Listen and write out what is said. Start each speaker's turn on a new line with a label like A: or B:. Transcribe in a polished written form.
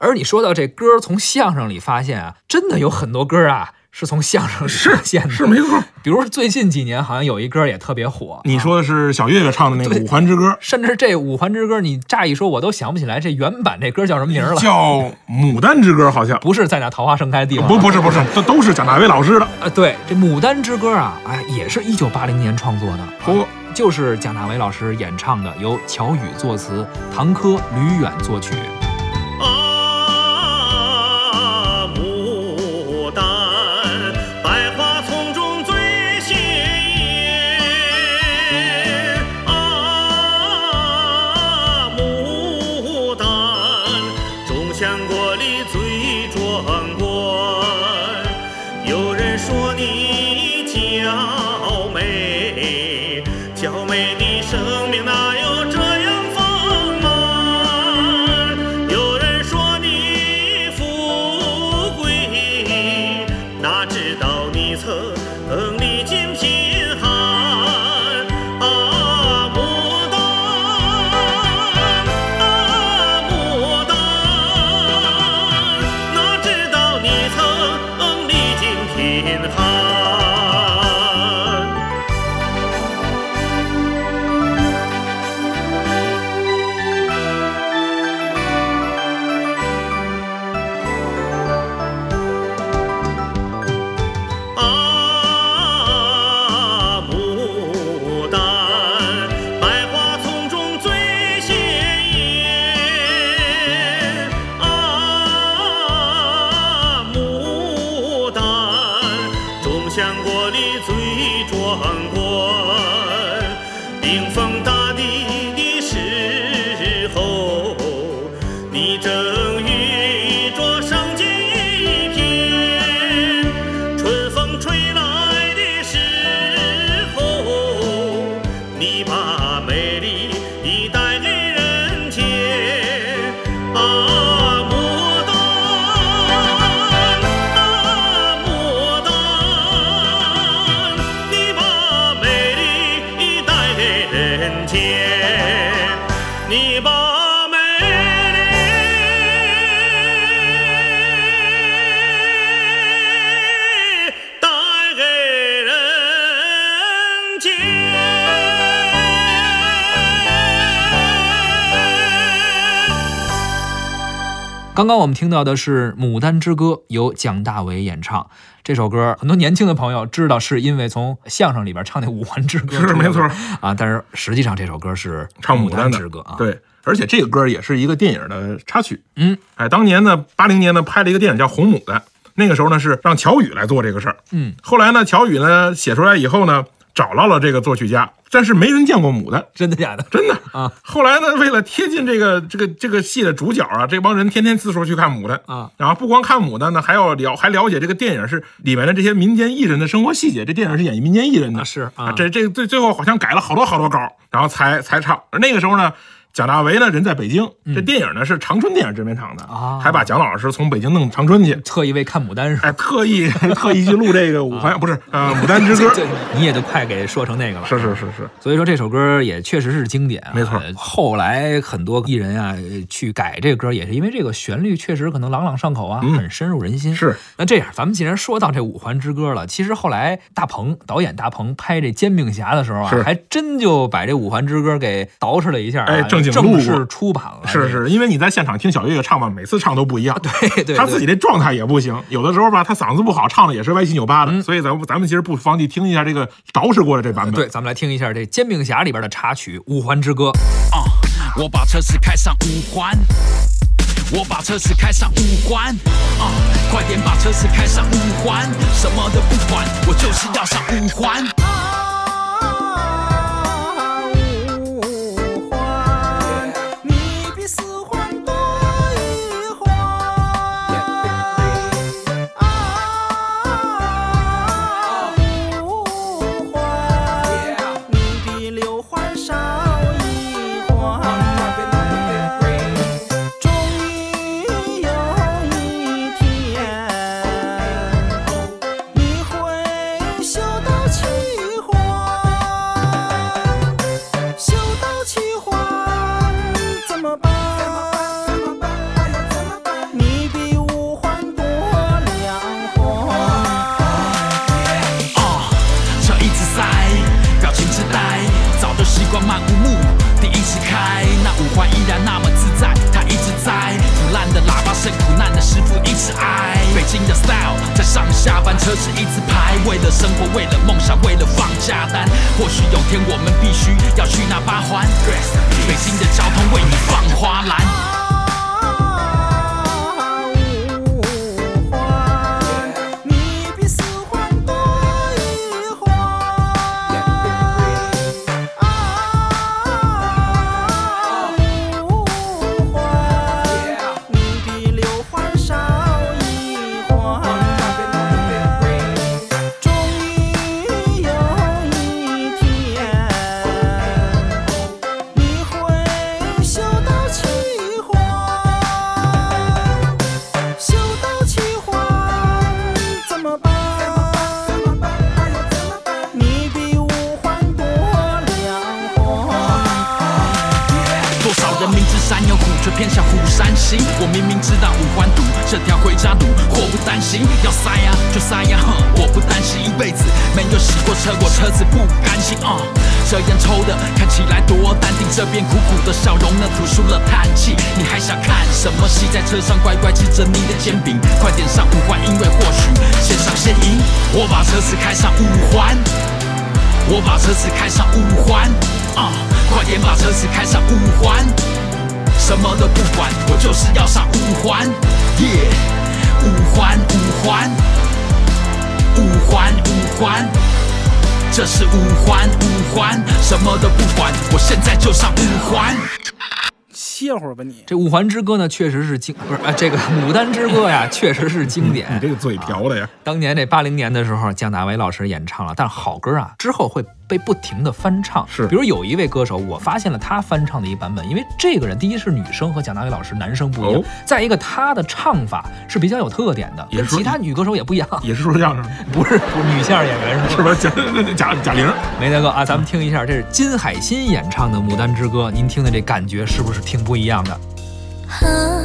A: 而你说到这歌从相声里发现啊，真的有很多歌啊是从相声里发现的，
B: 是没错。
A: 比如最近几年好像有一歌也特别火，
B: 你说的是小岳岳唱的那个《五环之歌》，
A: 甚至这《五环之歌》，你乍一说我都想不起来这原版这歌叫什么名了，
B: 叫《牡丹之歌》，好像
A: 不是在那桃花盛开的地方，
B: 不是，都是蒋大为老师的。
A: 对，这《牡丹之歌》啊，也是1980年创作的，就是蒋大为老师演唱的，由乔羽作词，唐珂、吕远作曲。
C: 强国里最壮观，有人说你娇美，娇美的生命哪有这样丰满？有人说你富贵，哪知道你曾历尽贫寒啊！牡丹啊，牡丹。贫寒啊，牡丹，百花丛中最鲜艳啊，牡丹。强国里最壮观，冰封大地的时候，你正与着生机一片；春风吹来的时候，你把美丽带给人间啊。你把美丽带给人间。
A: 刚刚我们听到的是《牡丹之歌》，由蒋大为演唱。这首歌很多年轻的朋友知道，是因为从相声里边唱那《五环之歌》
B: 是没错
A: 啊，但是实际上这首歌是
B: 唱
A: 牡丹之歌啊。
B: 对，而且这个歌也是一个电影的插曲。当年呢，80年呢拍了一个电影叫《红牡丹》，那个时候呢是让乔羽来做这个事儿。后来呢，乔羽呢写出来以后呢，找到了这个作曲家，但是没人见过牡丹，
A: 真的假的？
B: 真的
A: 啊！
B: 后来呢，为了贴近这个戏的主角啊，这帮人天天四处去看牡丹
A: 啊，然
B: 后不光看牡丹呢，还了解这个电影是里面的这些民间艺人的生活细节。这电影是演民间艺人的，
A: 是
B: 啊，这最后好像改了好多稿，然后才唱。而那个时候呢，蒋大为呢人在北京，这电影呢是长春电影制片厂的啊，还把蒋老师从北京弄长春去，
A: 特意为看牡丹是吧？
B: 哎，特意去录这个五环不是牡丹之歌，
A: 你也就快给说成那个了。
B: 是。
A: 所以说这首歌也确实是经典啊，
B: 没错。
A: 后来很多艺人啊去改这个歌，也是因为这个旋律确实可能朗朗上口啊，很深入人心。
B: 是。
A: 那这样，咱们既然说到这五环之歌了，其实后来导演大鹏拍这《煎饼侠》的时候啊，还真就把这五环之歌给捯饬了一下，正式出版了。
B: 是，因为你在现场听小岳岳唱吧，每次唱都不一样。
A: 对，
B: 他自己这状态也不行，有的时候吧，他嗓子不好，唱的也是歪七扭八的。所以咱们其实不妨去听一下这个捯饬过的这版本。
A: 对，咱们来听一下这《煎饼侠》里边的插曲《五环之歌》。
D: 我把车子开上五环，我把车子开上五环，快点把车子开上五环，什么都不管，我就是要上五环。
E: 修到7环。
D: 环依然那么自在，它一直在。腐烂的喇叭声，苦难的师傅一直挨。北京的 style 在上下班车是一字排，为了生活，为了梦想，为了放假单。或许有天我们必须要去那8环，北京的交通为你放花篮。却偏向虎山行，我明明知道五环堵这条回家路，祸不单行，要塞呀就塞呀，我不担心一辈子没有洗过车，我车子不甘心这烟抽的看起来多淡定，这边苦苦的笑容呢吐出了叹气。你还想看什么戏？在车上乖乖吃着你的煎饼，快点上五环，因为或许先上先赢。我把车子开上五环，我把车子开上五环快点把车子开上五环。什么都不管，我就是要上五环，五环五环，五环五环，这是五环五环，什么都不管，我现在就上五环。
E: 歇会儿吧你。
A: 这五环之歌呢，确实是不是这个牡丹之歌呀，确实是经典。
B: 你这个嘴瓢的呀！
A: 当年这80年的时候，姜大为老师演唱了，但好歌啊，之后会被不停的翻唱。
B: 是，
A: 比如有一位歌手，我发现了他翻唱的一版本，因为这个人第一是女生和姜大为老师男生不一样，再一个他的唱法是比较有特点的，跟其他女歌手也不一样。
B: 也是说相声？
A: 不是女相声演员
B: 是吧？贾玲
A: 没那个啊，咱们听一下，这是金海心演唱的《牡丹之歌》，您听的这感觉是不是挺不一样的？